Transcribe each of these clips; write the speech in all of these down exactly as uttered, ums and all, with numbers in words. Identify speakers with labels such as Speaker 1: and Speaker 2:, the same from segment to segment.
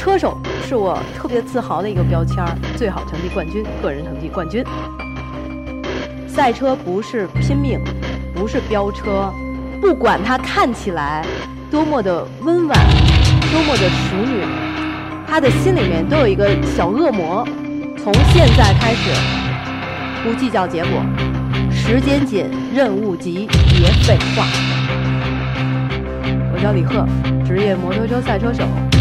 Speaker 1: 车手是我特别自豪的一个标签，最好成绩冠军，个人成绩冠军。赛车不是拼命，不是飙车，不管它看起来多么的温婉，多么的淑女，他的心里面都有一个小恶魔。从现在开始，不计较结果，时间紧，任务急，别废话。我叫李贺，职业摩托车赛车手。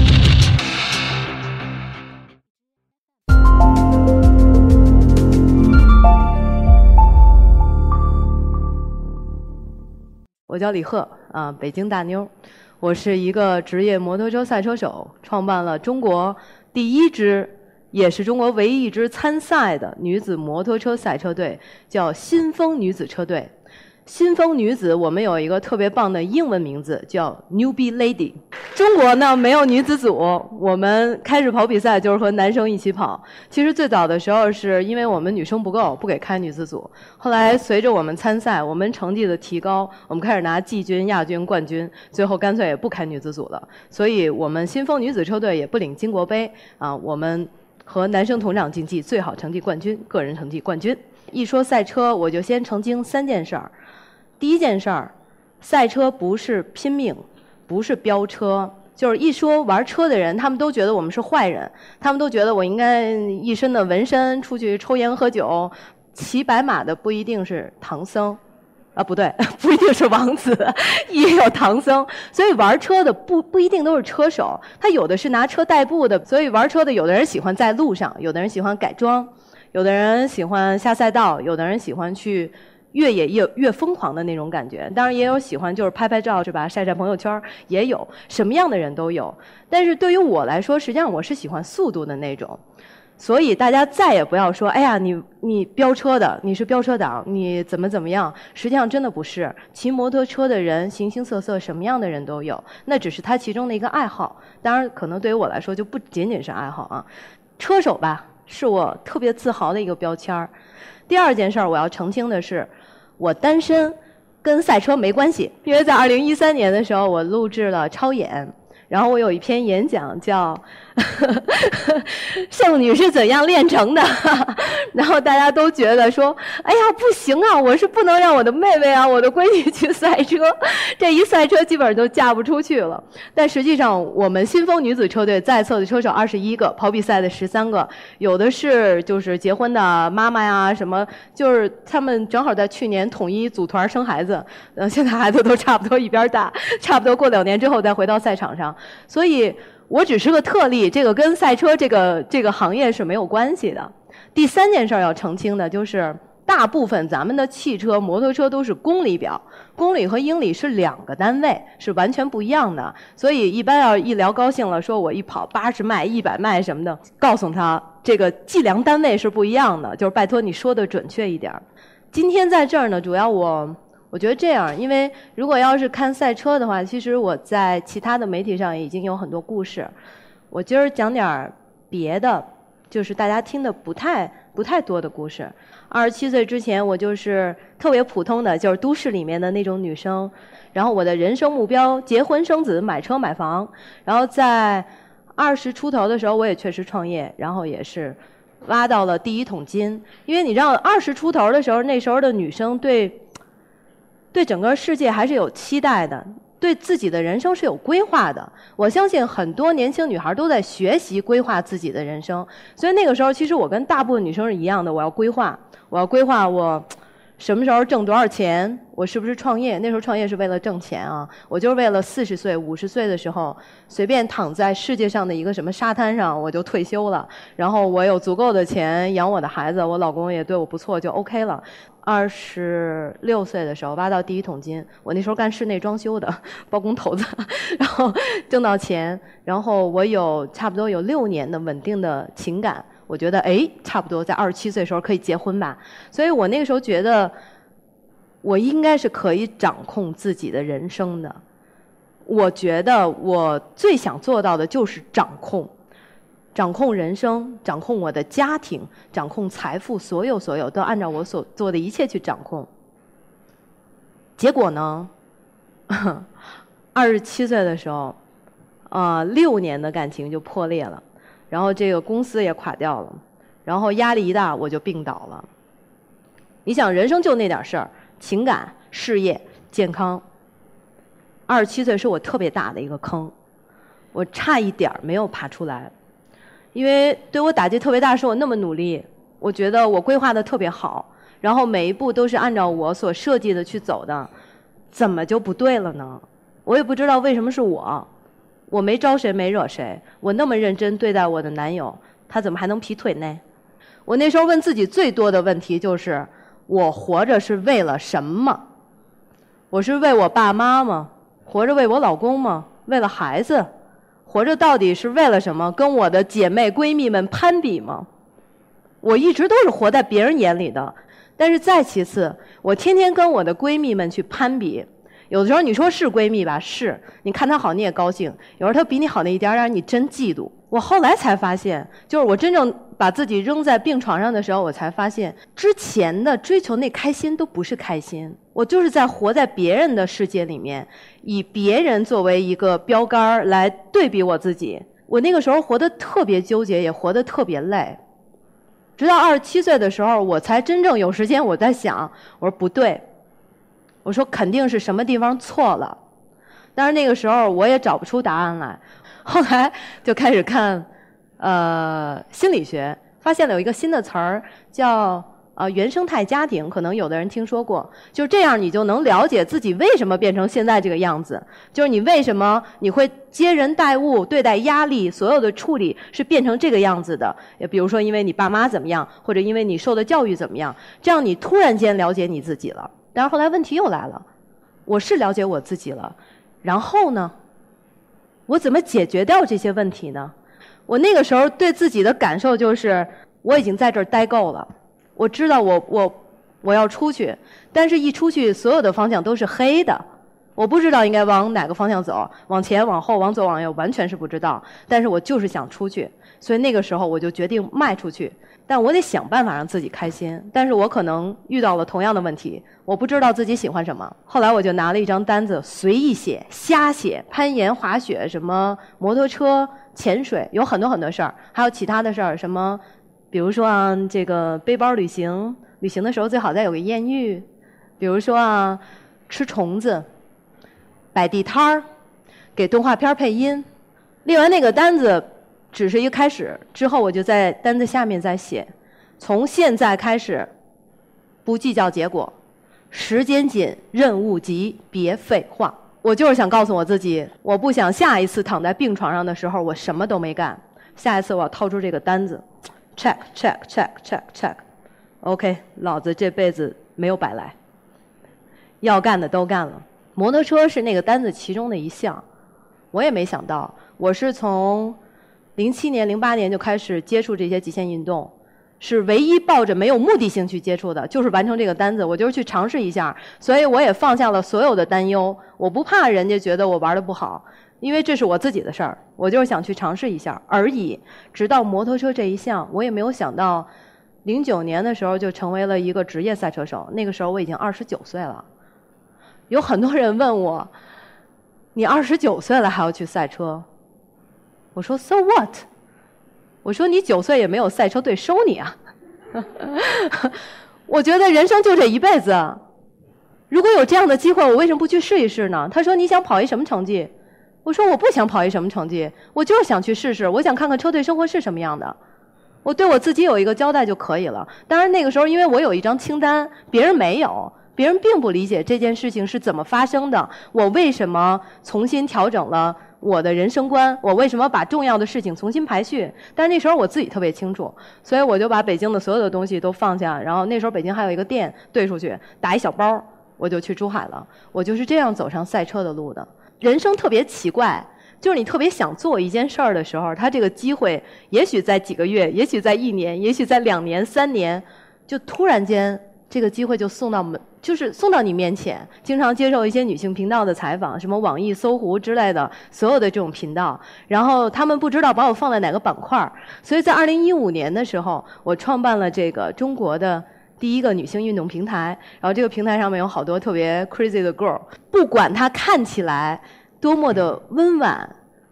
Speaker 1: 我叫李贺啊，北京大妞。我是一个职业摩托车赛车手，创办了中国第一支，也是中国唯一一支参赛的女子摩托车赛车队，叫新风女子车队。新风女子，我们有一个特别棒的英文名字，叫 Newbie Lady。中国呢没有女子组，我们开始跑比赛就是和男生一起跑。其实最早的时候是因为我们女生不够，不给开女子组。后来随着我们参赛，我们成绩的提高，我们开始拿季军、亚军、冠军，最后干脆也不开女子组了。所以我们新风女子车队也不领金国杯啊，我们和男生同场竞技，最好成绩冠军，个人成绩冠军。一说赛车，我就先澄清三件事儿。第一件事儿，赛车不是拼命，不是飙车。就是一说玩车的人，他们都觉得我们是坏人，他们都觉得我应该一身的纹身，出去抽烟喝酒。骑白马的不一定是唐僧，啊不对，不一定是王子，也有唐僧。所以玩车的不不一定都是车手，他有的是拿车代步的。所以玩车的，有的人喜欢在路上，有的人喜欢改装，有的人喜欢下赛道，有的人喜欢去越野越越疯狂的那种感觉。当然也有喜欢就是拍拍照是吧，晒晒朋友圈，也有，什么样的人都有。但是对于我来说，实际上我是喜欢速度的那种。所以大家再也不要说，哎呀，你你飙车的，你是飙车党，你怎么怎么样？实际上真的不是，骑摩托车的人形形色色，什么样的人都有，那只是他其中的一个爱好。当然，可能对于我来说就不仅仅是爱好啊。车手吧，是我特别自豪的一个标签。第二件事儿，我要澄清的是，我单身跟赛车没关系。因为在二零一三年的时候，我录制了超演，然后我有一篇演讲叫剩女是怎样炼成的然后大家都觉得说，哎呀不行啊，我是不能让我的妹妹啊，我的闺女去赛车，这一赛车基本上就嫁不出去了。但实际上我们新风女子车队在册的车手二十一个，跑比赛的十三个，有的是就是结婚的妈妈呀，什么就是他们正好在去年统一组团生孩子，呃，现在孩子都差不多一边大，差不多过两年之后再回到赛场上。所以我只是个特例，这个跟赛车这个这个行业是没有关系的。第三件事要澄清的就是，大部分咱们的汽车、摩托车都是公里表，公里和英里是两个单位，是完全不一样的。所以一般要一聊高兴了，说我一跑八十迈、一百迈什么的，告诉他这个计量单位是不一样的，就是拜托你说的准确一点。今天在这儿呢，主要我。我觉得这样，因为如果要是看赛车的话，其实我在其他的媒体上已经有很多故事。我今儿讲点别的，就是大家听的不太不太多的故事。二十七岁之前，我就是特别普通的，就是都市里面的那种女生。然后我的人生目标，结婚生子，买车买房。然后在二十出头的时候，我也确实创业，然后也是挖到了第一桶金。因为你知道，二十出头的时候，那时候的女生对。对整个世界还是有期待的，对自己的人生是有规划的。我相信很多年轻女孩都在学习规划自己的人生，所以那个时候其实我跟大部分女生是一样的，我要规划，我要规划我什么时候挣多少钱，我是不是创业。那时候创业是为了挣钱啊，我就是为了四十岁、五十岁的时候随便躺在世界上的一个什么沙滩上我就退休了，然后我有足够的钱养我的孩子，我老公也对我不错，就 OK 了。二十六岁的时候挖到第一桶金，我那时候干室内装修的，包工头子，然后挣到钱，然后我有差不多有六年的稳定的情感，我觉得哎，差不多在二十七岁的时候可以结婚吧，所以我那个时候觉得我应该是可以掌控自己的人生的。我觉得我最想做到的就是掌控。掌控人生，掌控我的家庭，掌控财富，所有所有都按照我所做的一切去掌控。结果呢，二十七岁的时候， 啊、呃，六年的感情就破裂了，然后这个公司也垮掉了，然后压力一大我就病倒了。你想，人生就那点事儿，情感、事业、健康。二十七岁是我特别大的一个坑，我差一点没有爬出来，因为对我打击特别大，是我那么努力，我觉得我规划的特别好，然后每一步都是按照我所设计的去走的，怎么就不对了呢？我也不知道为什么是我，我没招谁没惹谁，我那么认真对待我的男友，他怎么还能劈腿呢？我那时候问自己最多的问题就是，我活着是为了什么？我是为我爸妈吗？活着为我老公吗？为了孩子？活着到底是为了什么？跟我的姐妹闺蜜们攀比吗？我一直都是活在别人眼里的，但是再其次，我天天跟我的闺蜜们去攀比。有的时候你说是闺蜜吧，是，你看她好你也高兴，有时候她比你好那一点点你真嫉妒。我后来才发现，就是我真正把自己扔在病床上的时候，我才发现之前的追求那开心都不是开心，我就是在活在别人的世界里面，以别人作为一个标杆来对比我自己。我那个时候活得特别纠结，也活得特别累。直到二十七岁的时候，我才真正有时间，我在想，我说不对，我说肯定是什么地方错了，但是那个时候我也找不出答案来。后来就开始看呃心理学，发现了有一个新的词儿叫呃原生态家庭，可能有的人听说过。就这样你就能了解自己为什么变成现在这个样子，就是你为什么你会接人待物、对待压力，所有的处理是变成这个样子的。也比如说因为你爸妈怎么样，或者因为你受的教育怎么样，这样你突然间了解你自己了。但是后来问题又来了，我是了解我自己了，然后呢，我怎么解决掉这些问题呢？我那个时候对自己的感受就是，我已经在这儿待够了，我知道我我我要出去，但是一出去所有的方向都是黑的，我不知道应该往哪个方向走，往前往后往左往右完全是不知道，但是我就是想出去，所以那个时候我就决定迈出去。但我得想办法让自己开心，但是我可能遇到了同样的问题，我不知道自己喜欢什么。后来我就拿了一张单子，随意写、瞎写，攀岩、滑雪、什么摩托车、潜水，有很多很多事儿，还有其他的事儿，什么，比如说啊，这个背包旅行，旅行的时候最好再有个艳遇，比如说啊，吃虫子，摆地摊儿，给动画片配音。列完那个单子只是一个开始，之后我就在单子下面再写，从现在开始不计较结果，时间紧，任务急，别废话。我就是想告诉我自己，我不想下一次躺在病床上的时候我什么都没干，下一次我要掏出这个单子 check check check check check OK， 老子这辈子没有白来，要干的都干了。摩托车是那个单子其中的一项，我也没想到我是从零七年、零八年就开始接触这些极限运动，是唯一抱着没有目的性去接触的，就是完成这个单子，我就是去尝试一下，所以我也放下了所有的担忧，我不怕人家觉得我玩得不好，因为这是我自己的事儿，我就是想去尝试一下而已。直到摩托车这一项，我也没有想到，零九年的时候就成为了一个职业赛车手，那个时候我已经二十九岁了。有很多人问我，你二十九岁了还要去赛车？我说 So what？ 我说你九岁也没有赛车队收你啊。我觉得人生就这一辈子，如果有这样的机会，我为什么不去试一试呢？他说你想跑一什么成绩？我说我不想跑一什么成绩，我就是想去试试，我想看看车队生活是什么样的，我对我自己有一个交代就可以了。当然那个时候因为我有一张清单，别人没有，别人并不理解这件事情是怎么发生的，我为什么重新调整了我的人生观，我为什么把重要的事情重新排序，但是那时候我自己特别清楚，所以我就把北京的所有的东西都放下，然后那时候北京还有一个店兑出去，打一小包，我就去珠海了。我就是这样走上赛车的路的。人生特别奇怪，就是你特别想做一件事儿的时候，它这个机会也许在几个月，也许在一年，也许在两年、三年，就突然间这个机会就送到门，就是送到你面前。经常接受一些女性频道的采访，什么网易、搜狐之类的所有的这种频道，然后他们不知道把我放在哪个板块，所以在二零一五年的时候，我创办了这个中国的第一个女性运动平台，然后这个平台上面有好多特别 crazy 的 girl， 不管她看起来多么的温婉，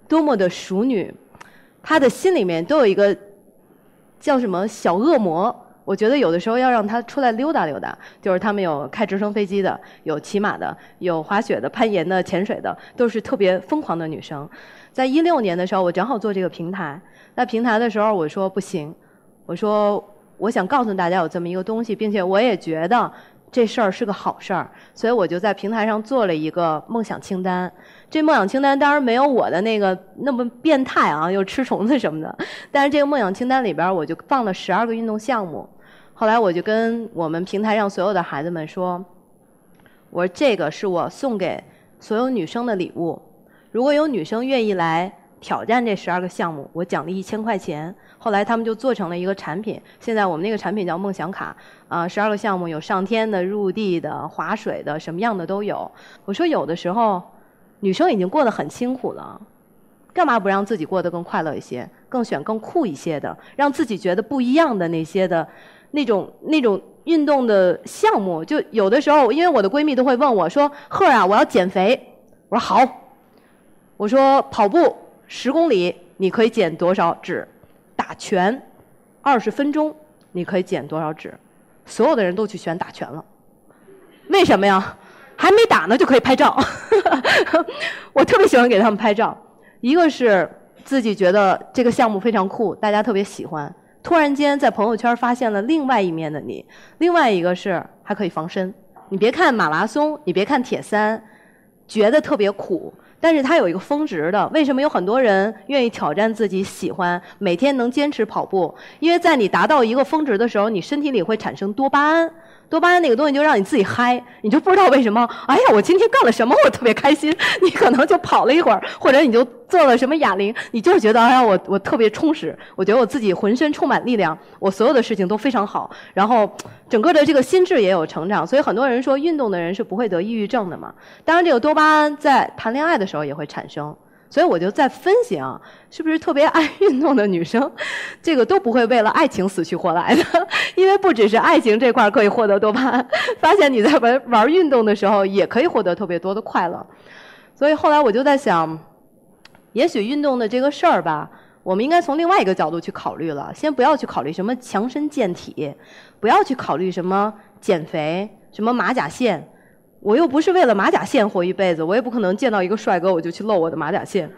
Speaker 1: 多么的淑女，她的心里面都有一个叫什么小恶魔。我觉得有的时候要让她出来溜达溜达，就是他们有开直升飞机的，有骑马的，有滑雪的、攀岩的、潜水的，都是特别疯狂的女生。在一六年的时候，我正好做这个平台，在平台的时候我说不行，我说我想告诉大家有这么一个东西，并且我也觉得这事儿是个好事儿，所以我就在平台上做了一个梦想清单。这梦想清单当然没有我的那个那么变态啊，又吃虫子什么的，但是这个梦想清单里边我就放了十二个运动项目。后来我就跟我们平台上所有的孩子们说，我说这个是我送给所有女生的礼物，如果有女生愿意来挑战这十二个项目，我奖励一千块钱。后来他们就做成了一个产品，现在我们那个产品叫梦想卡，啊，十二个项目有上天的、入地的、划水的，什么样的都有。我说有的时候女生已经过得很辛苦了，干嘛不让自己过得更快乐一些，更选更酷一些的，让自己觉得不一样的那些的那种那种运动的项目。就有的时候因为我的闺蜜都会问我说，赫啊，我要减肥。我说好，我说跑步十公里你可以减多少脂，打拳二十分钟你可以减多少脂。所有的人都去选打拳了，为什么呀？还没打呢就可以拍照我特别喜欢给他们拍照，一个是自己觉得这个项目非常酷，大家特别喜欢，突然间在朋友圈发现了另外一面的你。另外一个是还可以防身，你别看马拉松，你别看铁三觉得特别苦，但是它有一个峰值的。为什么有很多人愿意挑战自己喜欢，每天能坚持跑步？因为在你达到一个峰值的时候，你身体里会产生多巴胺，多巴胺那个东西就让你自己嗨，你就不知道为什么，哎呀，我今天干了什么，我特别开心。你可能就跑了一会儿，或者你就做了什么哑铃，你就是觉得，哎呀，我我特别充实，我觉得我自己浑身充满力量，我所有的事情都非常好，然后整个的这个心智也有成长。所以很多人说运动的人是不会得抑郁症的嘛。当然这个多巴胺在谈恋爱的时候也会产生。所以我就在分析啊，是不是特别爱运动的女生，这个都不会为了爱情死去活来的，因为不只是爱情这块可以获得多巴胺，发现你在玩玩运动的时候也可以获得特别多的快乐。所以后来我就在想，也许运动的这个事儿吧，我们应该从另外一个角度去考虑了。先不要去考虑什么强身健体，不要去考虑什么减肥，什么马甲线。我又不是为了马甲线活一辈子，我也不可能见到一个帅哥我就去露我的马甲线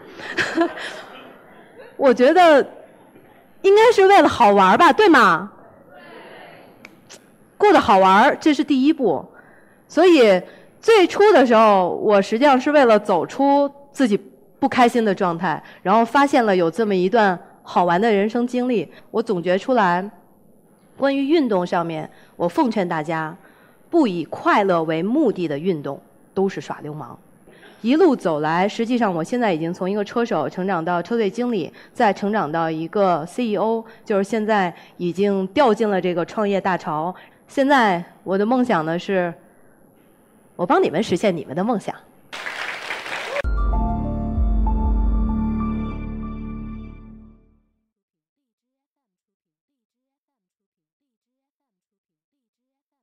Speaker 1: 我觉得应该是为了好玩吧，对吗？过得好玩，这是第一步。所以最初的时候，我实际上是为了走出自己不开心的状态，然后发现了有这么一段好玩的人生经历。我总结出来，关于运动上面，我奉劝大家，不以快乐为目的的运动都是耍流氓。一路走来，实际上我现在已经从一个车手成长到车队经理，再成长到一个 C E O， 就是现在已经掉进了这个创业大潮。现在我的梦想呢是，我帮你们实现你们的梦想。